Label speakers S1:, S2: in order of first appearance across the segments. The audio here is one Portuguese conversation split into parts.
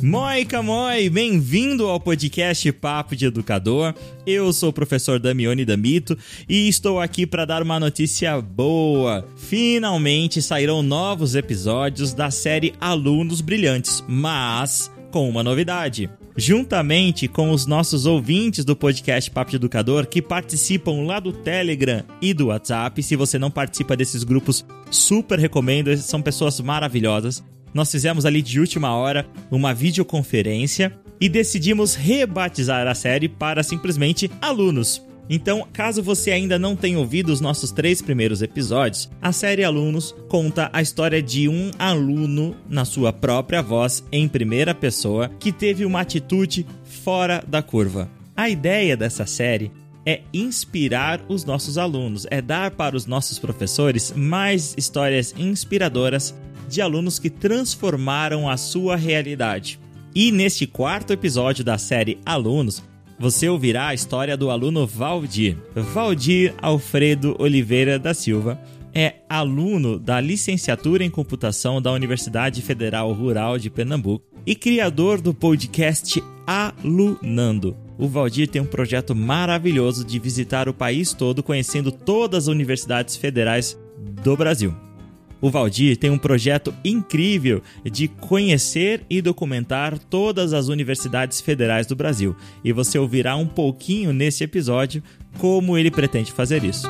S1: Moica Moi, bem-vindo ao podcast Papo de Educador. Eu sou o professor Damione D'Amito e estou aqui para dar uma notícia boa. Finalmente sairão novos episódios da série Alunos Brilhantes, mas com uma novidade. Juntamente com os nossos ouvintes do podcast Papo de Educador que participam lá do Telegram e do WhatsApp, se você não participa desses grupos, super recomendo, são pessoas maravilhosas. Nós fizemos ali de última hora uma videoconferência e decidimos rebatizar a série para simplesmente Alunos. Então, caso você ainda não tenha ouvido os nossos 3 primeiros episódios, a série Alunos conta a história de um aluno na sua própria voz, em primeira pessoa, que teve uma atitude fora da curva. A ideia dessa série é inspirar os nossos alunos, é dar para os nossos professores mais histórias inspiradoras de alunos que transformaram a sua realidade. E neste 4º episódio da série Alunos, você ouvirá a história do aluno Valdir. Valdir Alfredo Oliveira da Silva é aluno da licenciatura em computação da Universidade Federal Rural de Pernambuco e criador do podcast Alunando. O Valdir tem um projeto maravilhoso de visitar o país todo, conhecendo todas as universidades federais do Brasil. O Valdir tem um projeto incrível de conhecer e documentar todas as universidades federais do Brasil. E você ouvirá um pouquinho nesse episódio como ele pretende fazer isso.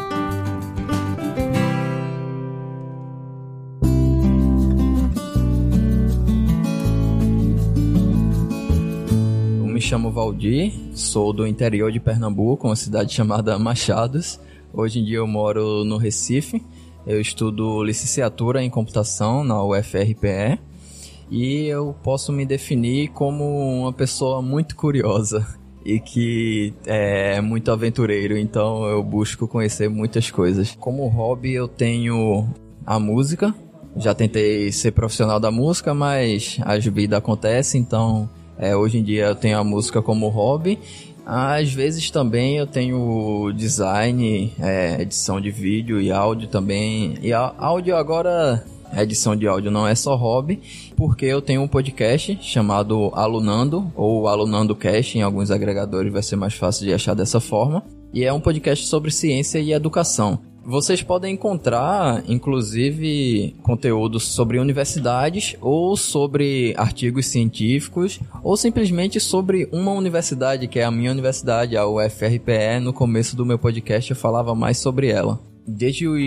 S2: Eu me chamo Valdir, sou do interior de Pernambuco, uma cidade chamada Machados. Hoje em dia eu moro no Recife. Eu estudo licenciatura em computação na UFRPE e eu posso me definir como uma pessoa muito curiosa e que é muito aventureiro, então eu busco conhecer muitas coisas. Como hobby eu tenho a música, já tentei ser profissional da música, mas a vida acontece, então hoje em dia eu tenho a música como hobby. Às vezes também eu tenho design, edição de vídeo e áudio também. E áudio agora, edição de áudio não é só hobby, porque eu tenho um podcast chamado Alunando, ou Alunando Cast, em alguns agregadores vai ser mais fácil de achar dessa forma. E é um podcast sobre ciência e educação. Vocês podem encontrar, inclusive, conteúdos sobre universidades ou sobre artigos científicos ou simplesmente sobre uma universidade, que é a minha universidade, a UFRPE. No começo do meu podcast eu falava mais sobre ela. Desde o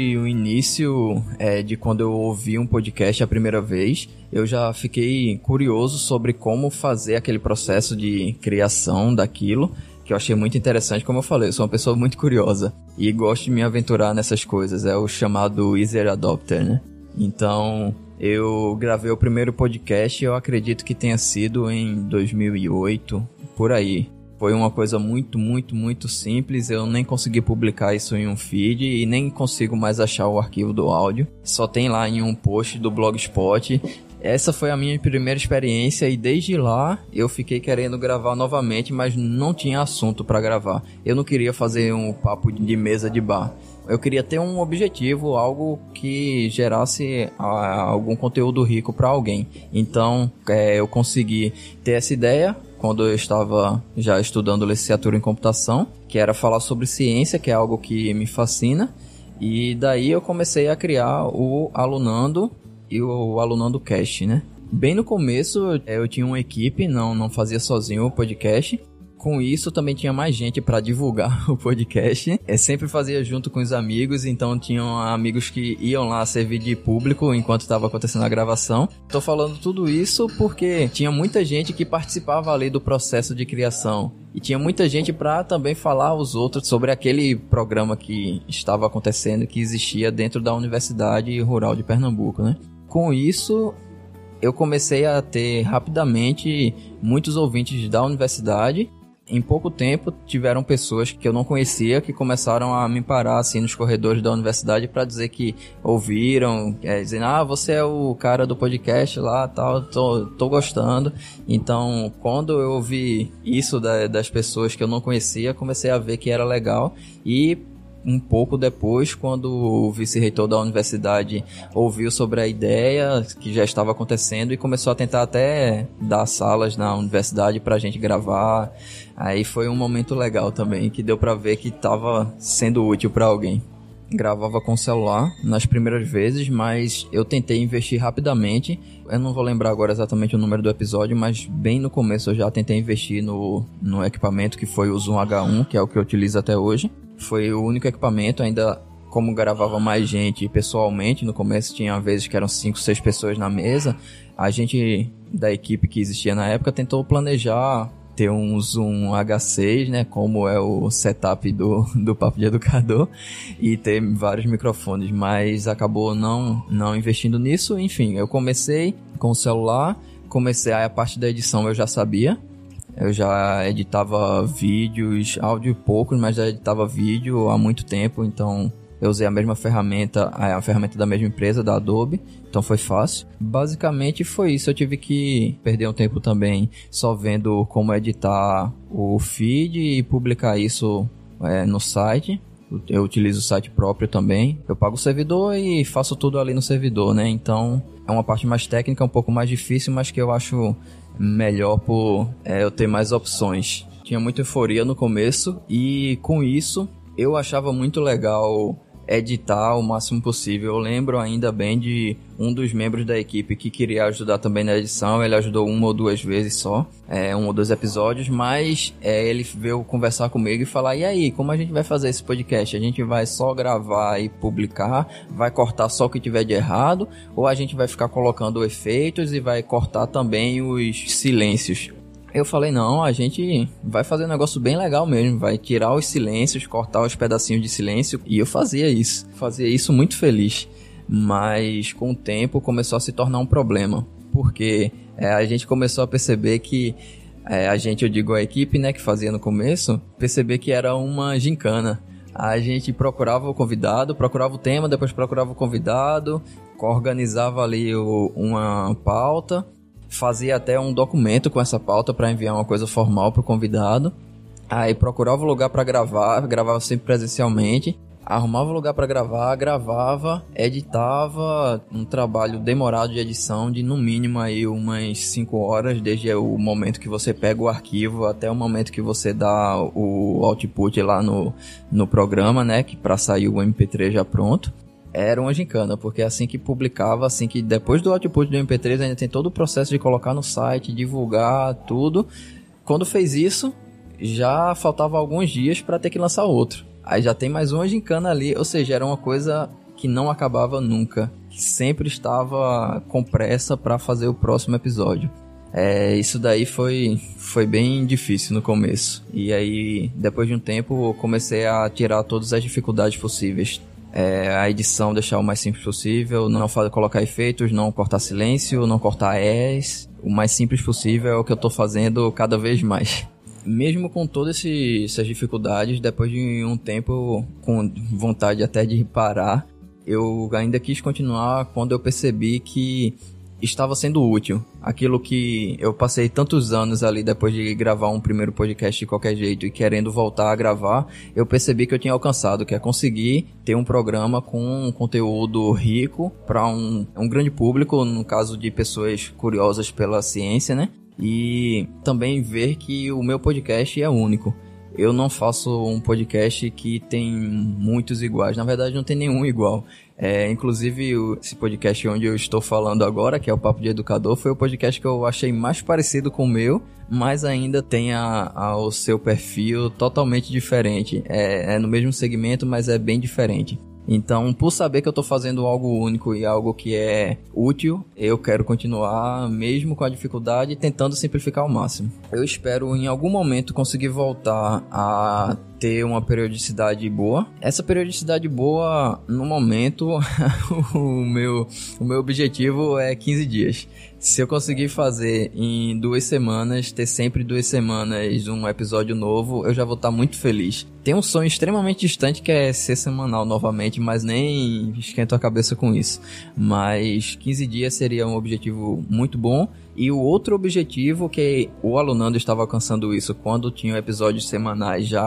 S2: início de quando eu ouvi um podcast a primeira vez, eu já fiquei curioso sobre como fazer aquele processo de criação daquilo, que eu achei muito interessante. Como eu falei, eu sou uma pessoa muito curiosa e gosto de me aventurar nessas coisas, é o chamado easy adopter, né? Então, eu gravei o primeiro podcast, eu acredito que tenha sido em 2008, por aí. Foi uma coisa muito, muito, muito simples, eu nem consegui publicar isso em um feed e nem consigo mais achar o arquivo do áudio. Só tem lá em um post do Blogspot. Essa foi a minha primeira experiência e desde lá eu fiquei querendo gravar novamente, mas não tinha assunto para gravar. Eu não queria fazer um papo de mesa de bar. Eu queria ter um objetivo, algo que gerasse algum conteúdo rico para alguém. Então eu consegui ter essa ideia quando eu estava já estudando licenciatura em computação, que era falar sobre ciência, que é algo que me fascina. E daí eu comecei a criar o Alunando e o Alunando Cast, né? Bem no começo eu tinha uma equipe, não fazia sozinho o podcast. Com isso também tinha mais gente para divulgar o podcast. Eu sempre fazia junto com os amigos, então tinham amigos que iam lá servir de público enquanto estava acontecendo a gravação. Tô falando tudo isso porque tinha muita gente que participava ali do processo de criação. E tinha muita gente para também falar aos outros sobre aquele programa que estava acontecendo, que existia dentro da Universidade Rural de Pernambuco, né? Com isso, eu comecei a ter rapidamente muitos ouvintes da universidade. Em pouco tempo, tiveram pessoas que eu não conhecia que começaram a me parar assim nos corredores da universidade para dizer que ouviram, dizendo, você é o cara do podcast lá, tal, tô gostando. Então, quando eu ouvi isso das pessoas que eu não conhecia, comecei a ver que era legal e um pouco depois, quando o vice-reitor da universidade ouviu sobre a ideia que já estava acontecendo e começou a tentar até dar salas na universidade pra gente gravar. Aí foi um momento legal também, que deu pra ver que estava sendo útil pra alguém. Gravava com o celular nas primeiras vezes, mas eu tentei investir rapidamente. Eu não vou lembrar agora exatamente o número do episódio, mas bem no começo eu já tentei investir no equipamento que foi o Zoom H1, que é o que eu utilizo até hoje. Foi o único equipamento, ainda como gravava mais gente pessoalmente, no começo tinha vezes que eram 5, 6 pessoas na mesa, a gente da equipe que existia na época tentou planejar ter um Zoom H6, né, como é o setup do Papo de Educador, e ter vários microfones, mas acabou não investindo nisso. Enfim, eu comecei com o celular, a parte da edição eu já sabia, eu já editava vídeos, áudio poucos, mas já editava vídeo há muito tempo, então eu usei a mesma ferramenta, a ferramenta da mesma empresa, da Adobe, então foi fácil. Basicamente foi isso, eu tive que perder um tempo também só vendo como editar o feed e publicar isso no site. Eu utilizo o site próprio também, eu pago o servidor e faço tudo ali no servidor, né? Então é uma parte mais técnica, um pouco mais difícil, mas que eu acho melhor por eu ter mais opções. Tinha muita euforia no começo e com isso eu achava muito legal editar o máximo possível. Eu lembro ainda bem de um dos membros da equipe que queria ajudar também na edição. Ele ajudou 1 ou 2 vezes só, 1 ou 2 episódios, mas ele veio conversar comigo e falar: e aí, como a gente vai fazer esse podcast? A gente vai só gravar e publicar? Vai cortar só o que tiver de errado? Ou a gente vai ficar colocando efeitos e vai cortar também os silêncios? Eu falei, não, a gente vai fazer um negócio bem legal mesmo, vai tirar os silêncios, cortar os pedacinhos de silêncio, e eu fazia isso muito feliz, mas com o tempo começou a se tornar um problema, porque a gente começou a perceber que, eu digo a equipe, né, que fazia no começo, perceber que era uma gincana. A gente procurava o convidado, procurava o tema, depois procurava o convidado, organizava ali uma pauta, fazia até um documento com essa pauta para enviar uma coisa formal pro convidado. Aí procurava o lugar para gravar, gravava sempre presencialmente, arrumava o lugar para gravar, gravava, editava, um trabalho demorado de edição de no mínimo aí umas 5 horas, desde o momento que você pega o arquivo até o momento que você dá o output lá no programa, né, que para sair o MP3 já pronto. Era uma gincana, porque assim que publicava, assim que depois do output do MP3 ainda tem todo o processo de colocar no site, divulgar, tudo. Quando fez isso, já faltava alguns dias para ter que lançar outro. Aí já tem mais uma gincana ali, ou seja, era uma coisa que não acabava nunca, que sempre estava com pressa para fazer o próximo episódio. Isso daí foi bem difícil no começo. E aí, depois de um tempo, eu comecei a tirar todas as dificuldades possíveis. A edição deixar o mais simples possível, não colocar efeitos, não cortar silêncio, não cortar es. O mais simples possível é o que eu tô fazendo cada vez mais. Mesmo com todas essas dificuldades, depois de um tempo com vontade até de parar, eu ainda quis continuar quando eu percebi que estava sendo útil. Aquilo que eu passei tantos anos ali depois de gravar um primeiro podcast de qualquer jeito e querendo voltar a gravar, eu percebi que eu tinha alcançado, que é conseguir ter um programa com um conteúdo rico para um grande público, no caso de pessoas curiosas pela ciência, né? E também ver que o meu podcast é único. Eu não faço um podcast que tem muitos iguais. Na verdade, não tem nenhum igual. Inclusive, esse podcast onde eu estou falando agora, que é o Papo de Educador, foi o podcast que eu achei mais parecido com o meu, mas ainda tem o seu perfil totalmente diferente. É no mesmo segmento, mas é bem diferente. Então, por saber que eu estou fazendo algo único e algo que é útil, eu quero continuar, mesmo com a dificuldade, tentando simplificar ao máximo. Eu espero em algum momento conseguir voltar a ter uma periodicidade boa. Essa periodicidade boa, no momento, o meu objetivo é 15 dias. Se eu conseguir fazer em 2 semanas, ter sempre 2 semanas um episódio novo, eu já vou estar muito feliz. Tem um sonho extremamente distante que é ser semanal novamente, mas nem esquento a cabeça com isso. Mas 15 dias seria um objetivo muito bom. E o outro objetivo, que o Alunando estava alcançando isso quando tinha episódios semanais já por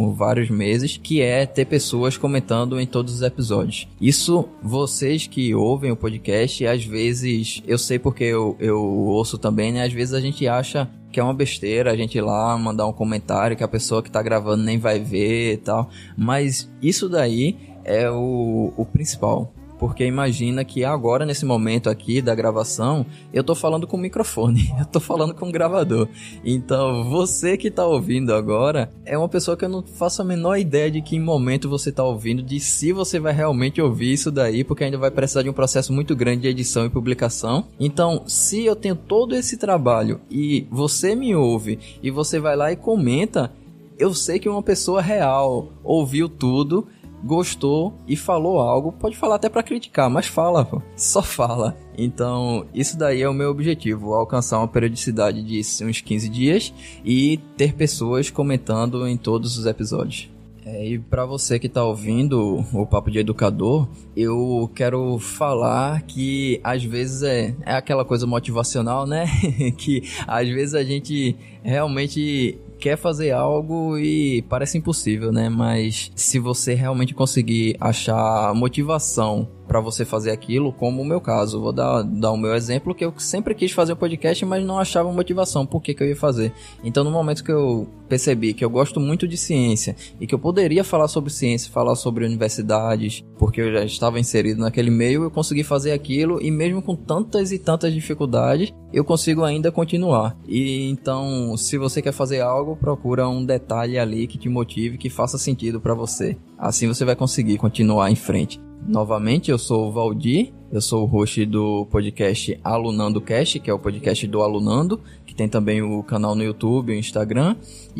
S2: próximos vários meses, que é ter pessoas comentando em todos os episódios. Isso, vocês que ouvem o podcast, às vezes, eu sei porque eu ouço também, né? Às vezes a gente acha que é uma besteira a gente ir lá mandar um comentário que a pessoa que tá gravando nem vai ver e tal, mas isso daí é o principal. Porque imagina que agora, nesse momento aqui da gravação, eu tô falando com o microfone, eu tô falando com o gravador. Então, você que tá ouvindo agora, é uma pessoa que eu não faço a menor ideia de que momento você tá ouvindo, de se você vai realmente ouvir isso daí, porque ainda vai precisar de um processo muito grande de edição e publicação. Então, se eu tenho todo esse trabalho e você me ouve, e você vai lá e comenta, eu sei que uma pessoa real ouviu tudo, gostou e falou algo, pode falar até pra criticar, mas fala, pô. Só fala. Então, isso daí é o meu objetivo, alcançar uma periodicidade de uns 15 dias e ter pessoas comentando em todos os episódios. E pra você que tá ouvindo o Papo de Educador, eu quero falar que às vezes é aquela coisa motivacional, né? Que às vezes a gente realmente quer fazer algo e parece impossível, né? Mas se você realmente conseguir achar motivação para você fazer aquilo, como o meu caso, vou dar o meu exemplo, que eu sempre quis fazer um podcast, mas não achava motivação, por que eu ia fazer. Então, no momento que eu percebi que eu gosto muito de ciência e que eu poderia falar sobre ciência, falar sobre universidades, porque eu já estava inserido naquele meio, eu consegui fazer aquilo e mesmo com tantas e tantas dificuldades, eu consigo ainda continuar. E então, se você quer fazer algo, procura um detalhe ali que te motive, que faça sentido para você. Assim você vai conseguir continuar em frente. Novamente, eu sou o Valdir, eu sou o host do podcast Alunando Cast, que é o podcast do Alunando, que tem também o canal no YouTube e o Instagram,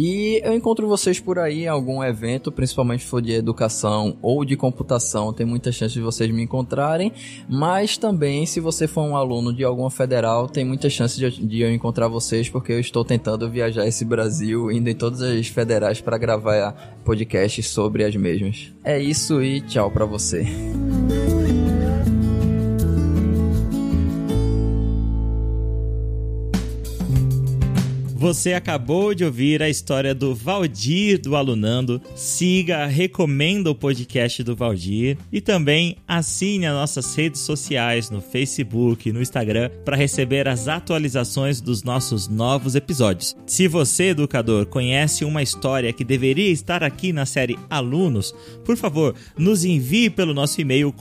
S2: e eu encontro vocês por aí em algum evento, principalmente se for de educação ou de computação, tem muita chance de vocês me encontrarem, mas também se você for um aluno de alguma federal, tem muita chance de eu encontrar vocês, porque eu estou tentando viajar esse Brasil, indo em todas as federais para gravar podcasts sobre as mesmas. É isso e tchau pra você.
S1: Você acabou de ouvir a história do Valdir do Alunando. Siga, recomenda o podcast do Valdir e também assine as nossas redes sociais no Facebook, no Instagram, para receber as atualizações dos nossos novos episódios. Se você, educador, conhece uma história que deveria estar aqui na série Alunos, por favor, nos envie pelo nosso e-mail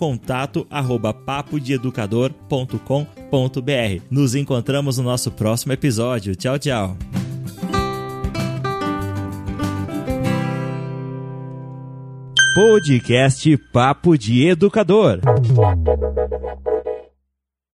S1: contato@papodeeducador.com.br. Nos encontramos no nosso próximo episódio. Tchau, tchau. Podcast Papo de Educador.